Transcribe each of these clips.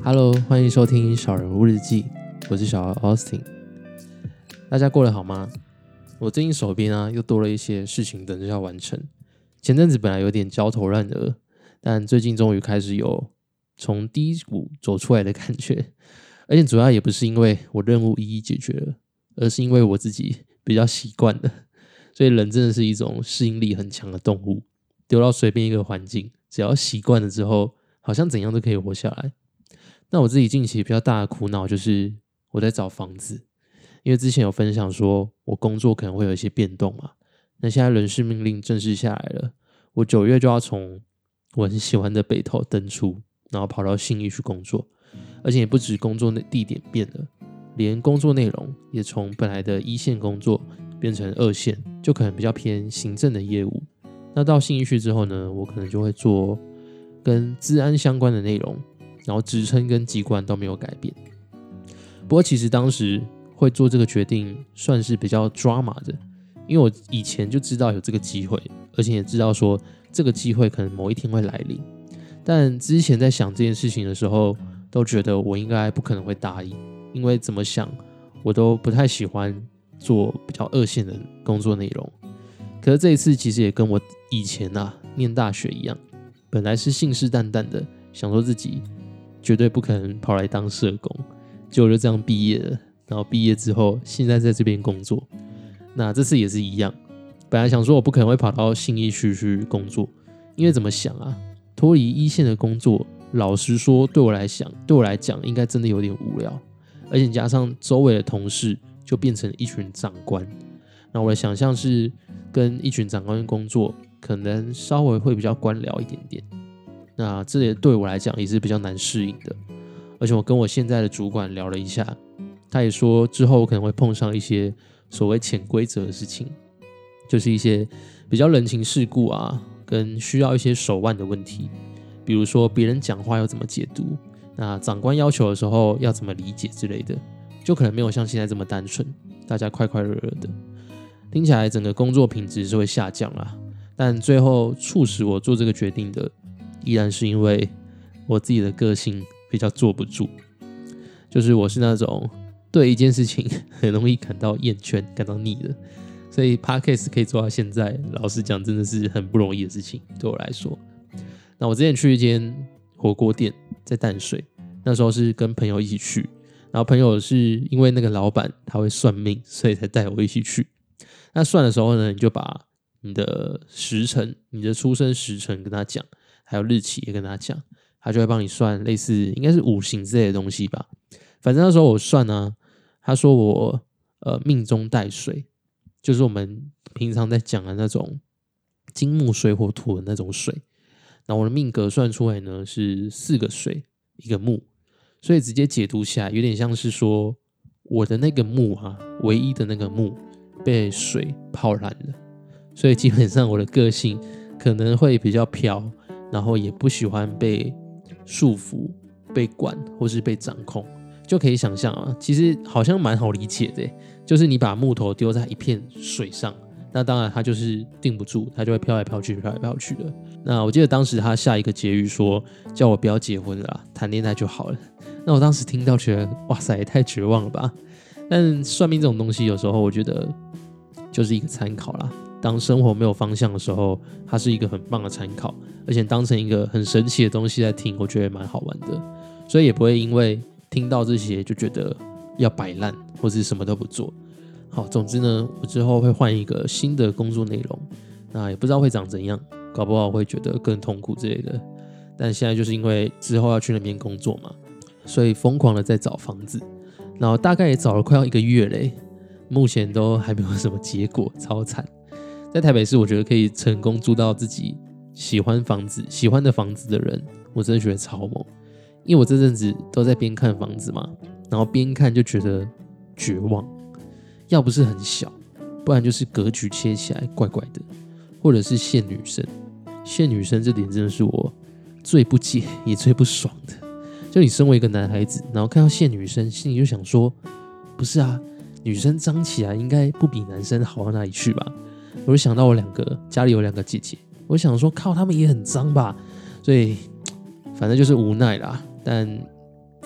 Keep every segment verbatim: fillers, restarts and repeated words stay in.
Hello， 欢迎收听小人物日记，我是小 Austin。大家过得好吗？我最近手边啊又多了一些事情等着要完成。前阵子本来有点焦头烂额，但最近终于开始有从低谷走出来的感觉。而且主要也不是因为我任务一一解决了，而是因为我自己比较习惯了。所以人真的是一种适应力很强的动物，丢到随便一个环境，只要习惯了之后，好像怎样都可以活下来。那我自己近期比较大的苦恼就是我在找房子，因为之前有分享说我工作可能会有一些变动嘛，那现在人事命令正式下来了，我九月就要从我很喜欢的北投登出，然后跑到信义去工作，而且也不止工作的地点变了，连工作内容也从本来的一线工作变成二线，就可能比较偏行政的业务。那到信义去之后呢，我可能就会做跟资安相关的内容，然后职称跟机关都没有改变。不过其实当时会做这个决定算是比较 drama 的，因为我以前就知道有这个机会，而且也知道说这个机会可能某一天会来临。但之前在想这件事情的时候，都觉得我应该不可能会答应，因为怎么想我都不太喜欢做比较二线的工作内容。可是这一次其实也跟我以前啊念大学一样，本来是信誓旦旦的想说自己绝对不可能跑来当社工，结果就这样毕业了。然后毕业之后，现在在这边工作。那这次也是一样，本来想说我不可能会跑到信义区去工作，因为怎么想啊，脱离一线的工作，老实说对我来讲，对我来讲应该真的有点无聊，而且加上周围的同事就变成一群长官。那我的想象是跟一群长官工作，可能稍微会比较官僚一点点。那这也对我来讲也是比较难适应的。而且我跟我现在的主管聊了一下，他也说之后可能会碰上一些所谓潜规则的事情，就是一些比较人情世故啊，跟需要一些手腕的问题，比如说别人讲话要怎么解读，那长官要求的时候要怎么理解之类的，就可能没有像现在这么单纯，大家快快乐乐的。听起来整个工作品质是会下降啦，但最后促使我做这个决定的，依然是因为我自己的个性比较坐不住，就是我是那种对一件事情很容易感到厌倦、感到腻的，所以 Podcast 可以做到现在，老实讲真的是很不容易的事情，对我来说。那我之前去一间火锅店，在淡水，那时候是跟朋友一起去，然后朋友是因为那个老板他会算命，所以才带我一起去。那算的时候呢，你就把你的时辰、你的出生时辰跟他讲，还有日期也跟他讲，他就会帮你算类似应该是五行之类的东西吧。反正那时候我算啊，他说我呃命中带水，就是我们平常在讲的那种金木水火土的那种水。那我的命格算出来呢是四个水一个木，所以直接解读起来有点像是说我的那个木啊，唯一的那个木被水泡烂了，所以基本上我的个性可能会比较飘，然后也不喜欢被束缚、被管或是被掌控。就可以想象啊，其实好像蛮好理解的，就是你把木头丢在一片水上，那当然它就是定不住，它就会飘来飘去飘来飘去的。那我记得当时他下一个结语说叫我不要结婚了啦，谈恋爱就好了。那我当时听到觉得哇塞，也太绝望了吧。但算命这种东西有时候我觉得就是一个参考啦，当生活没有方向的时候，它是一个很棒的参考，而且当成一个很神奇的东西在听，我觉得蛮好玩的。所以也不会因为听到这些就觉得要摆烂或是什么都不做。好，总之呢，我之后会换一个新的工作内容，那也不知道会长怎样，搞不好会觉得更痛苦之类的。但现在就是因为之后要去那边工作嘛，所以疯狂的在找房子，然后大概也找了快要一个月嘞，目前都还没有什么结果，超惨。在台北市，我觉得可以成功租到自己喜欢房子、喜欢的房子的人，我真的觉得超猛。因为我这阵子都在边看房子嘛，然后边看就觉得绝望，要不是很小，不然就是格局切起来怪怪的，或者是限女生。限女生这点真的是我最不解也最不爽的。就你身为一个男孩子，然后看到限女生，心里就想说，不是啊，女生脏起来应该不比男生好到哪里去吧？我就想到我两个家里有两个姐姐，我想说靠，她们也很脏吧，所以反正就是无奈啦。但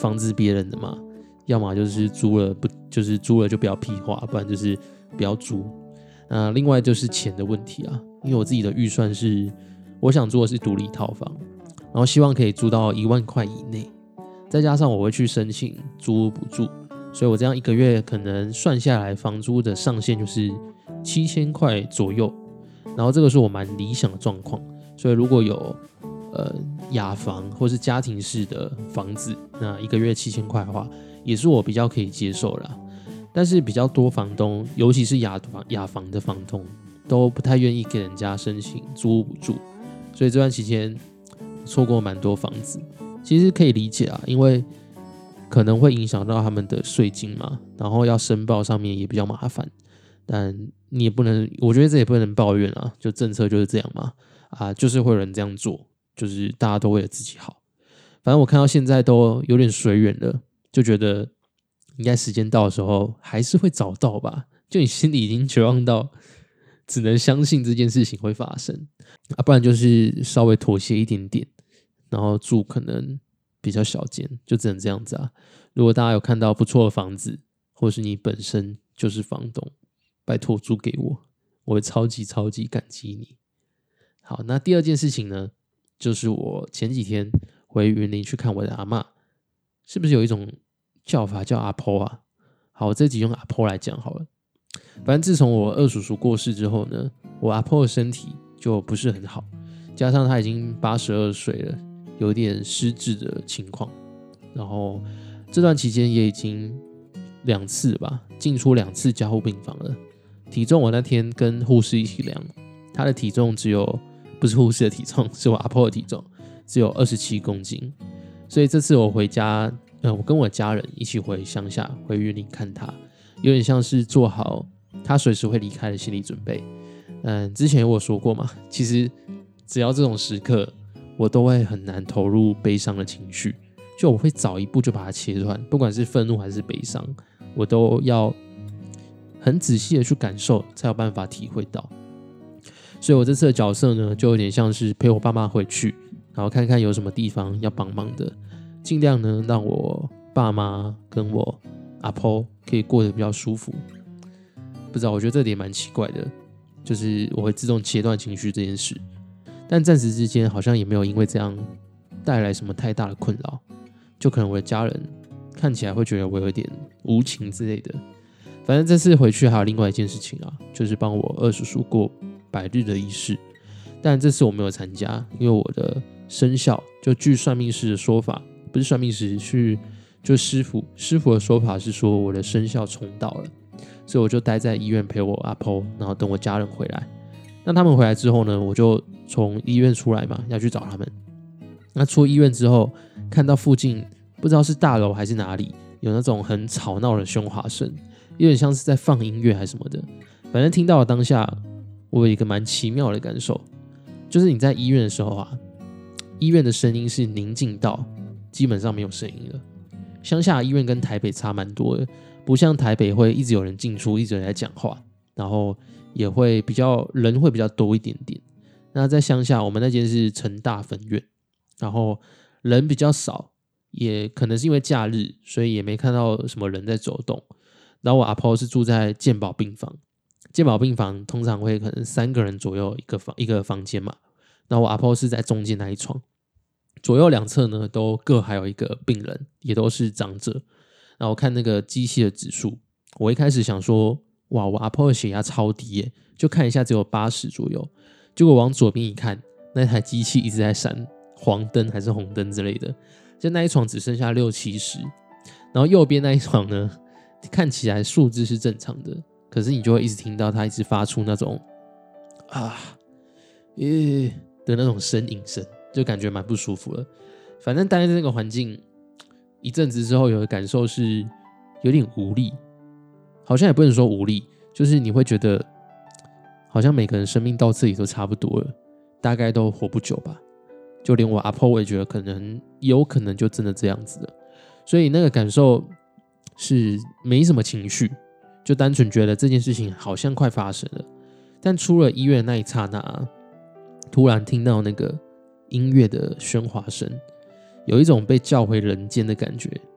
房子别人的嘛，要么就是租了不就是租了就不要屁话，不然就是不要租。那另外就是钱的问题啊，因为我自己的预算是我想租的是独立套房，然后希望可以租到一万块以内，再加上我会去申请租屋补助，所以我这样一个月可能算下来房租的上限就是七千块左右，然后这个是我蛮理想的状况。所以如果有呃雅房或是家庭式的房子，那一个月七千块的话，也是我比较可以接受啦。但是比较多房东，尤其是雅房雅房的房东，都不太愿意给人家申请租屋补助，所以这段期间错过蛮多房子。其实可以理解啊，因为可能会影响到他们的税金嘛，然后要申报上面也比较麻烦。但你也不能，我觉得这也不能抱怨啊，就政策就是这样嘛，啊，就是会有人这样做，就是大家都为了自己好。反正我看到现在都有点随缘了，就觉得应该时间到的时候还是会找到吧。就你心里已经绝望到只能相信这件事情会发生啊，不然就是稍微妥协一点点，然后住可能比较小间，就只能这样子啊。如果大家有看到不错的房子，或是你本身就是房东，拜托租给我，我会超级超级感激你。好，那第二件事情呢，就是我前几天回云林去看我的阿嬷，是不是有一种叫法叫阿婆啊？好，我这集用阿婆来讲好了。反正自从我二叔叔过世之后呢，我阿婆的身体就不是很好，加上她已经八十二岁了，有点失智的情况。然后这段期间也已经两次吧，进出两次加护病房了。体重我那天跟护士一起量，她的体重只有不是护士的体重，是我阿婆的体重，只有二十七公斤。所以这次我回家，呃，我跟我家人一起回乡下，回云林看她，有点像是做好她随时会离开的心理准备。嗯，之前我有说过嘛，其实只要这种时刻，我都会很难投入悲伤的情绪，就我会早一步就把它切断，不管是愤怒还是悲伤，我都要很仔细的去感受，才有办法体会到。所以我这次的角色呢，就有点像是陪我爸妈回去，然后看看有什么地方要帮忙的，尽量呢让我爸妈跟我阿婆可以过得比较舒服。不知道，我觉得这点蛮奇怪的，就是我会自动切断情绪这件事，但暂时之间好像也没有因为这样带来什么太大的困扰，就可能我的家人看起来会觉得我有点无情之类的。反正这次回去还有另外一件事情啊，就是帮我二叔叔过百日的仪式，但这次我没有参加，因为我的生肖就据算命师的说法，不是算命师，是就师傅师傅的说法是说我的生肖冲到了，所以我就待在医院陪我阿婆，然后等我家人回来。那他们回来之后呢，我就从医院出来嘛，要去找他们。那出医院之后，看到附近不知道是大楼还是哪里，有那种很吵闹的喧哗声，有点像是在放音乐还是什么的。反正听到了当下，我有一个蛮奇妙的感受，就是你在医院的时候啊，医院的声音是宁静到基本上没有声音了。乡下医院跟台北差蛮多的，不像台北会一直有人进出，一直有人在讲话，然后也会比较人会比较多一点点。那在乡下，我们那间是成大分院，然后人比较少，也可能是因为假日，所以也没看到什么人在走动。然后我阿婆是住在健保病房，健保病房通常会可能三个人左右一个房一个房间嘛，然后我阿婆是在中间那一床，左右两侧呢都各还有一个病人，也都是长者。然后我看那个机器的指数，我一开始想说，哇，我阿婆的血压超低耶，就看一下只有八十左右。结果往左边一看，那台机器一直在闪黄灯还是红灯之类的，就那一床只剩下六七十。然后右边那一床呢，看起来数字是正常的，可是你就会一直听到它一直发出那种啊耶的那种呻吟声，就感觉蛮不舒服了。反正待在那个环境一阵子之后，有的感受是有点无力，好像也不能说无力，就是你会觉得好像每个人生命到这里都差不多了，大概都活不久吧。就连我阿婆我也觉得可能有可能就真的这样子了，所以那个感受是没什么情绪，就单纯觉得这件事情好像快发生了。但出了医院那一刹那，突然听到那个音乐的喧哗声，有一种被叫回人间的感觉，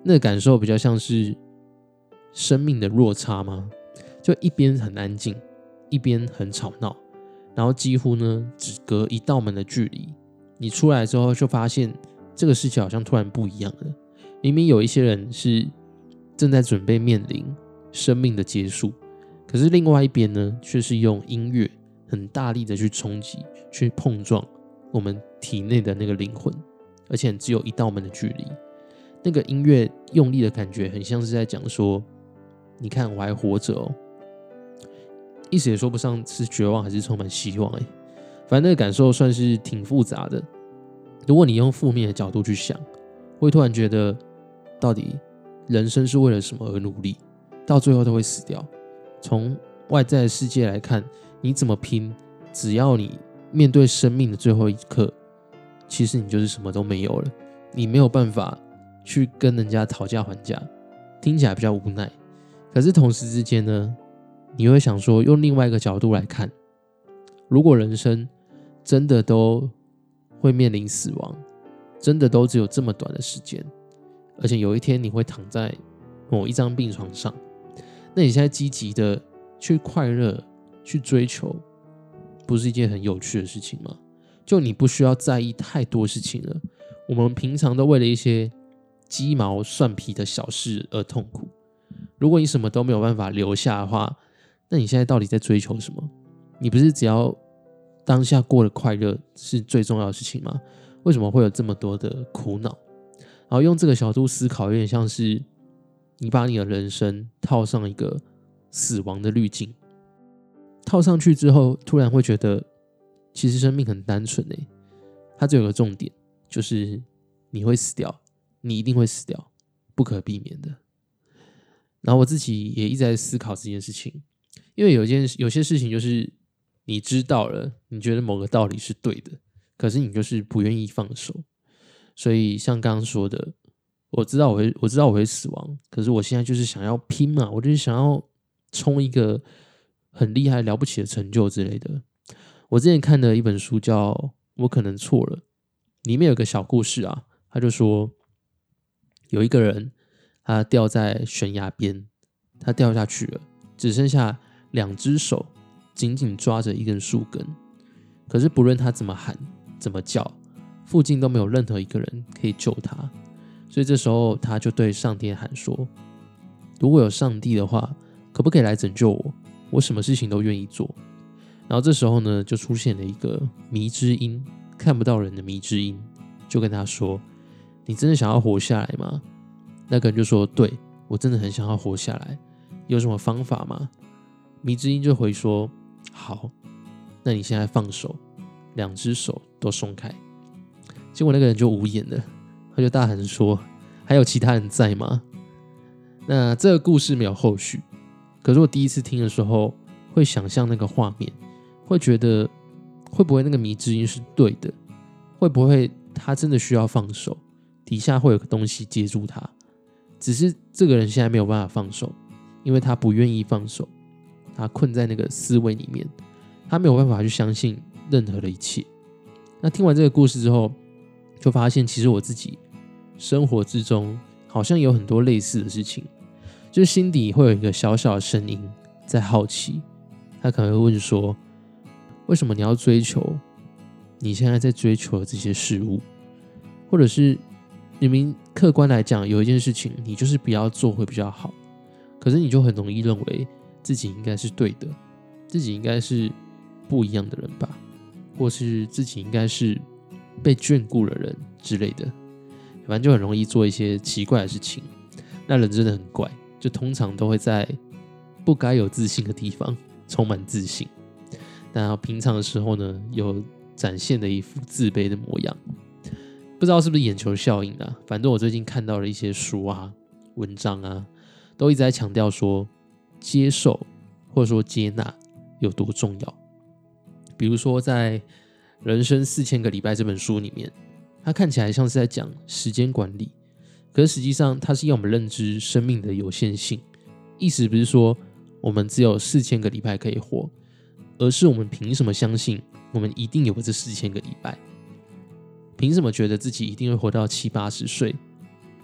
那个感受比较像是生命的落差吗？就一边很安静，一边很吵闹，然后几乎呢只隔一道门的距离。你出来之后就发现这个世界好像突然不一样了。明明有一些人是正在准备面临生命的结束，可是另外一边呢却是用音乐很大力的去冲击，去碰撞我们体内的那个灵魂，而且只有一道门的距离。那个音乐用力的感觉很像是在讲说，你看我还活着哦，一时也说不上是绝望还是充满希望。欸反正那个感受算是挺复杂的。如果你用负面的角度去想，会突然觉得到底人生是为了什么而努力，到最后都会死掉。从外在的世界来看，你怎么拼，只要你面对生命的最后一刻，其实你就是什么都没有了。你没有办法去跟人家讨价还价，听起来比较无奈。可是同时之间呢，你会想说，用另外一个角度来看，如果人生真的都会面临死亡，真的都只有这么短的时间，而且有一天你会躺在某一张病床上，那你现在积极的去快乐去追求，不是一件很有趣的事情吗？就你不需要在意太多事情了。我们平常都为了一些鸡毛蒜皮的小事而痛苦，如果你什么都没有办法留下的话，那你现在到底在追求什么？你不是只要当下过得快乐是最重要的事情吗？为什么会有这么多的苦恼？然后用这个角度思考，有点像是你把你的人生套上一个死亡的滤镜，套上去之后，突然会觉得其实生命很单纯欸，它只有个重点，就是你会死掉，你一定会死掉，不可避免的。然后我自己也一直在思考这件事情，因为有件有些事情就是你知道了，你觉得某个道理是对的，可是你就是不愿意放手。所以像刚刚说的，我知道我会我知道我会死亡，可是我现在就是想要拼嘛，我就是想要冲一个很厉害了不起的成就之类的。我之前看的一本书叫《我可能错了》，里面有个小故事啊，他就说有一个人他掉在悬崖边，他掉下去了，只剩下两只手紧紧抓着一根树根，可是不论他怎么喊怎么叫，附近都没有任何一个人可以救他。所以这时候他就对上天喊说，如果有上帝的话，可不可以来拯救我？我什么事情都愿意做。然后这时候呢，就出现了一个迷之音，看不到人的迷之音，就跟他说，你真的想要活下来吗？那个人就说，对，我真的很想要活下来，有什么方法吗？迷之音就回说，好，那你现在放手，两只手都松开。结果那个人就无言了，他就大喊说，还有其他人在吗？那这个故事没有后续，可是我第一次听的时候会想象那个画面，会觉得会不会那个迷之音是对的，会不会他真的需要放手，底下会有个东西接住他，只是这个人现在没有办法放手，因为他不愿意放手，他困在那个思维里面，他没有办法去相信任何的一切。那听完这个故事之后，就发现其实我自己生活之中好像有很多类似的事情，就是心底会有一个小小的声音在好奇，他可能会问说，为什么你要追求你现在在追求的这些事物？或者是明明客观来讲有一件事情你就是不要做会比较好，可是你就很容易认为自己应该是对的，自己应该是不一样的人吧，或是自己应该是被眷顾的人之类的，反正就很容易做一些奇怪的事情。那人真的很怪，就通常都会在不该有自信的地方充满自信，但平常的时候呢，有展现的一副自卑的模样。不知道是不是眼球效应啊，反正我最近看到了一些书啊文章啊，都一直在强调说接受或者说接纳有多重要。比如说在《人生四千个礼拜》这本书里面，它看起来像是在讲时间管理，可是实际上它是要我们认知生命的有限性。意思不是说我们只有四千个礼拜可以活，而是我们凭什么相信我们一定有这四千个礼拜？凭什么觉得自己一定会活到七八十岁？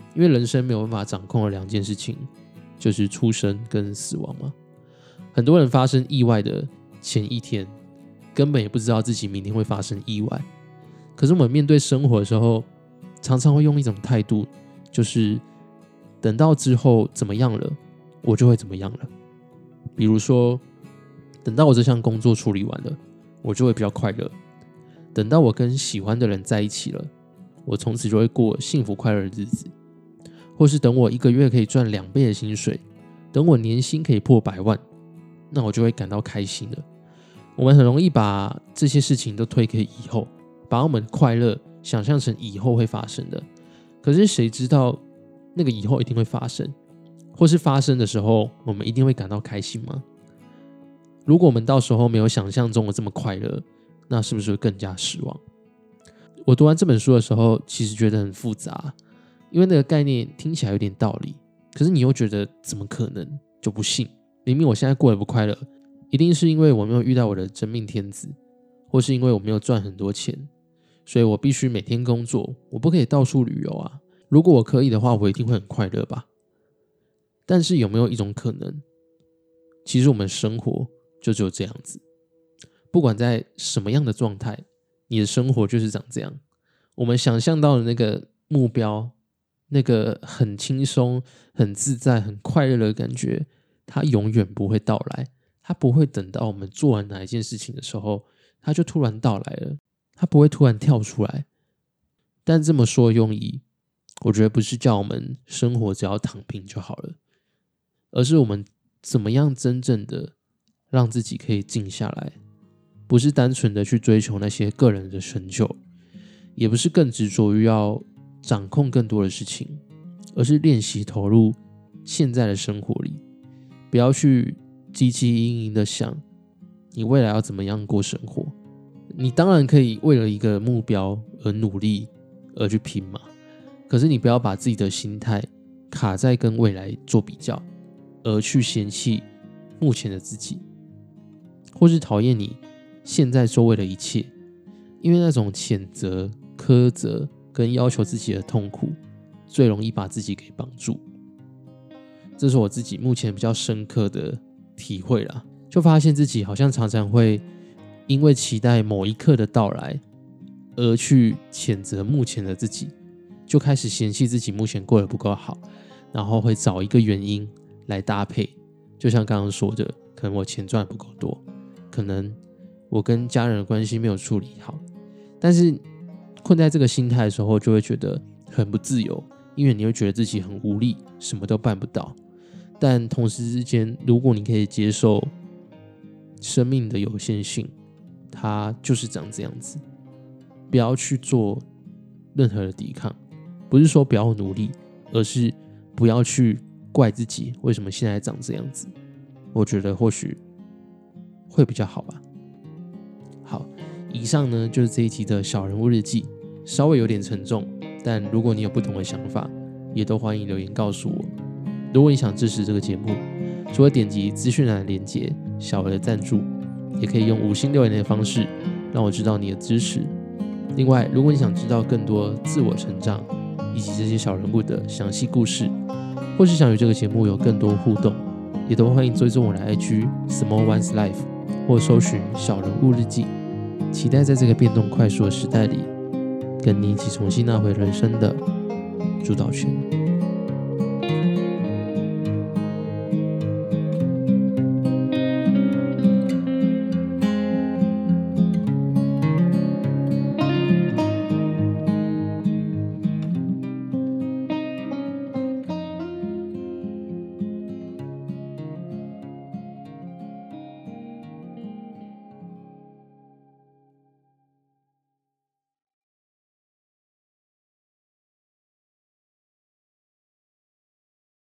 因为人生没有办法掌控的两件事情，就是出生跟死亡嘛。很多人发生意外的前一天，根本也不知道自己明天会发生意外。可是我们面对生活的时候，常常会用一种态度，就是等到之后怎么样了，我就会怎么样了。比如说，等到我这项工作处理完了，我就会比较快乐。等到我跟喜欢的人在一起了，我从此就会过幸福快乐的日子。或是等我一个月可以赚两倍的薪水，等我年薪可以破百万，那我就会感到开心了。我们很容易把这些事情都推给以后，把我们的快乐想象成以后会发生的。可是谁知道那个以后一定会发生，或是发生的时候我们一定会感到开心吗？如果我们到时候没有想象中的这么快乐，那是不是会更加失望？我读完这本书的时候，其实觉得很复杂，因为那个概念听起来有点道理，可是你又觉得怎么可能，就不信。明明我现在过得不快乐，一定是因为我没有遇到我的真命天子，或是因为我没有赚很多钱，所以我必须每天工作，我不可以到处旅游啊。如果我可以的话，我一定会很快乐吧。但是有没有一种可能，其实我们生活就只有这样子，不管在什么样的状态，你的生活就是长这样。我们想象到的那个目标，那个很轻松、很自在、很快乐的感觉，它永远不会到来。它不会等到我们做完哪一件事情的时候，它就突然到来了。它不会突然跳出来。但这么说用意，我觉得不是叫我们生活只要躺平就好了，而是我们怎么样真正的让自己可以静下来，不是单纯的去追求那些个人的成就，也不是更执着于要掌控更多的事情，而是练习投入现在的生活里，不要去汲汲营营的想你未来要怎么样过生活。你当然可以为了一个目标而努力而去拼嘛，可是你不要把自己的心态卡在跟未来做比较，而去嫌弃目前的自己，或是讨厌你现在周围的一切。因为那种谴责、苛责跟要求自己的痛苦，最容易把自己给绑住。这是我自己目前比较深刻的体会啦，就发现自己好像常常会因为期待某一刻的到来，而去谴责目前的自己，就开始嫌弃自己目前过得不够好，然后会找一个原因来搭配。就像刚刚说的，可能我钱赚得不够多，可能我跟家人的关系没有处理好，但是困在这个心态的时候，就会觉得很不自由，因为你会觉得自己很无力，什么都办不到。但同时之间，如果你可以接受生命的有限性，它就是长这样子，不要去做任何的抵抗。不是说不要努力，而是不要去怪自己为什么现在长这样子。我觉得或许会比较好吧。好，以上呢就是这一集的小人物日记，稍微有点沉重，但如果你有不同的想法，也都欢迎留言告诉我。如果你想支持这个节目，除了点击资讯栏的连结小额的赞助，也可以用五星留言的方式让我知道你的支持。另外，如果你想知道更多自我成长以及这些小人物的详细故事，或是想与这个节目有更多互动，也都欢迎追踪我的 I G Small One's Life 或搜寻小人物日记。期待在这个变动快速的时代里，跟你一起重新拿回人生的主导权。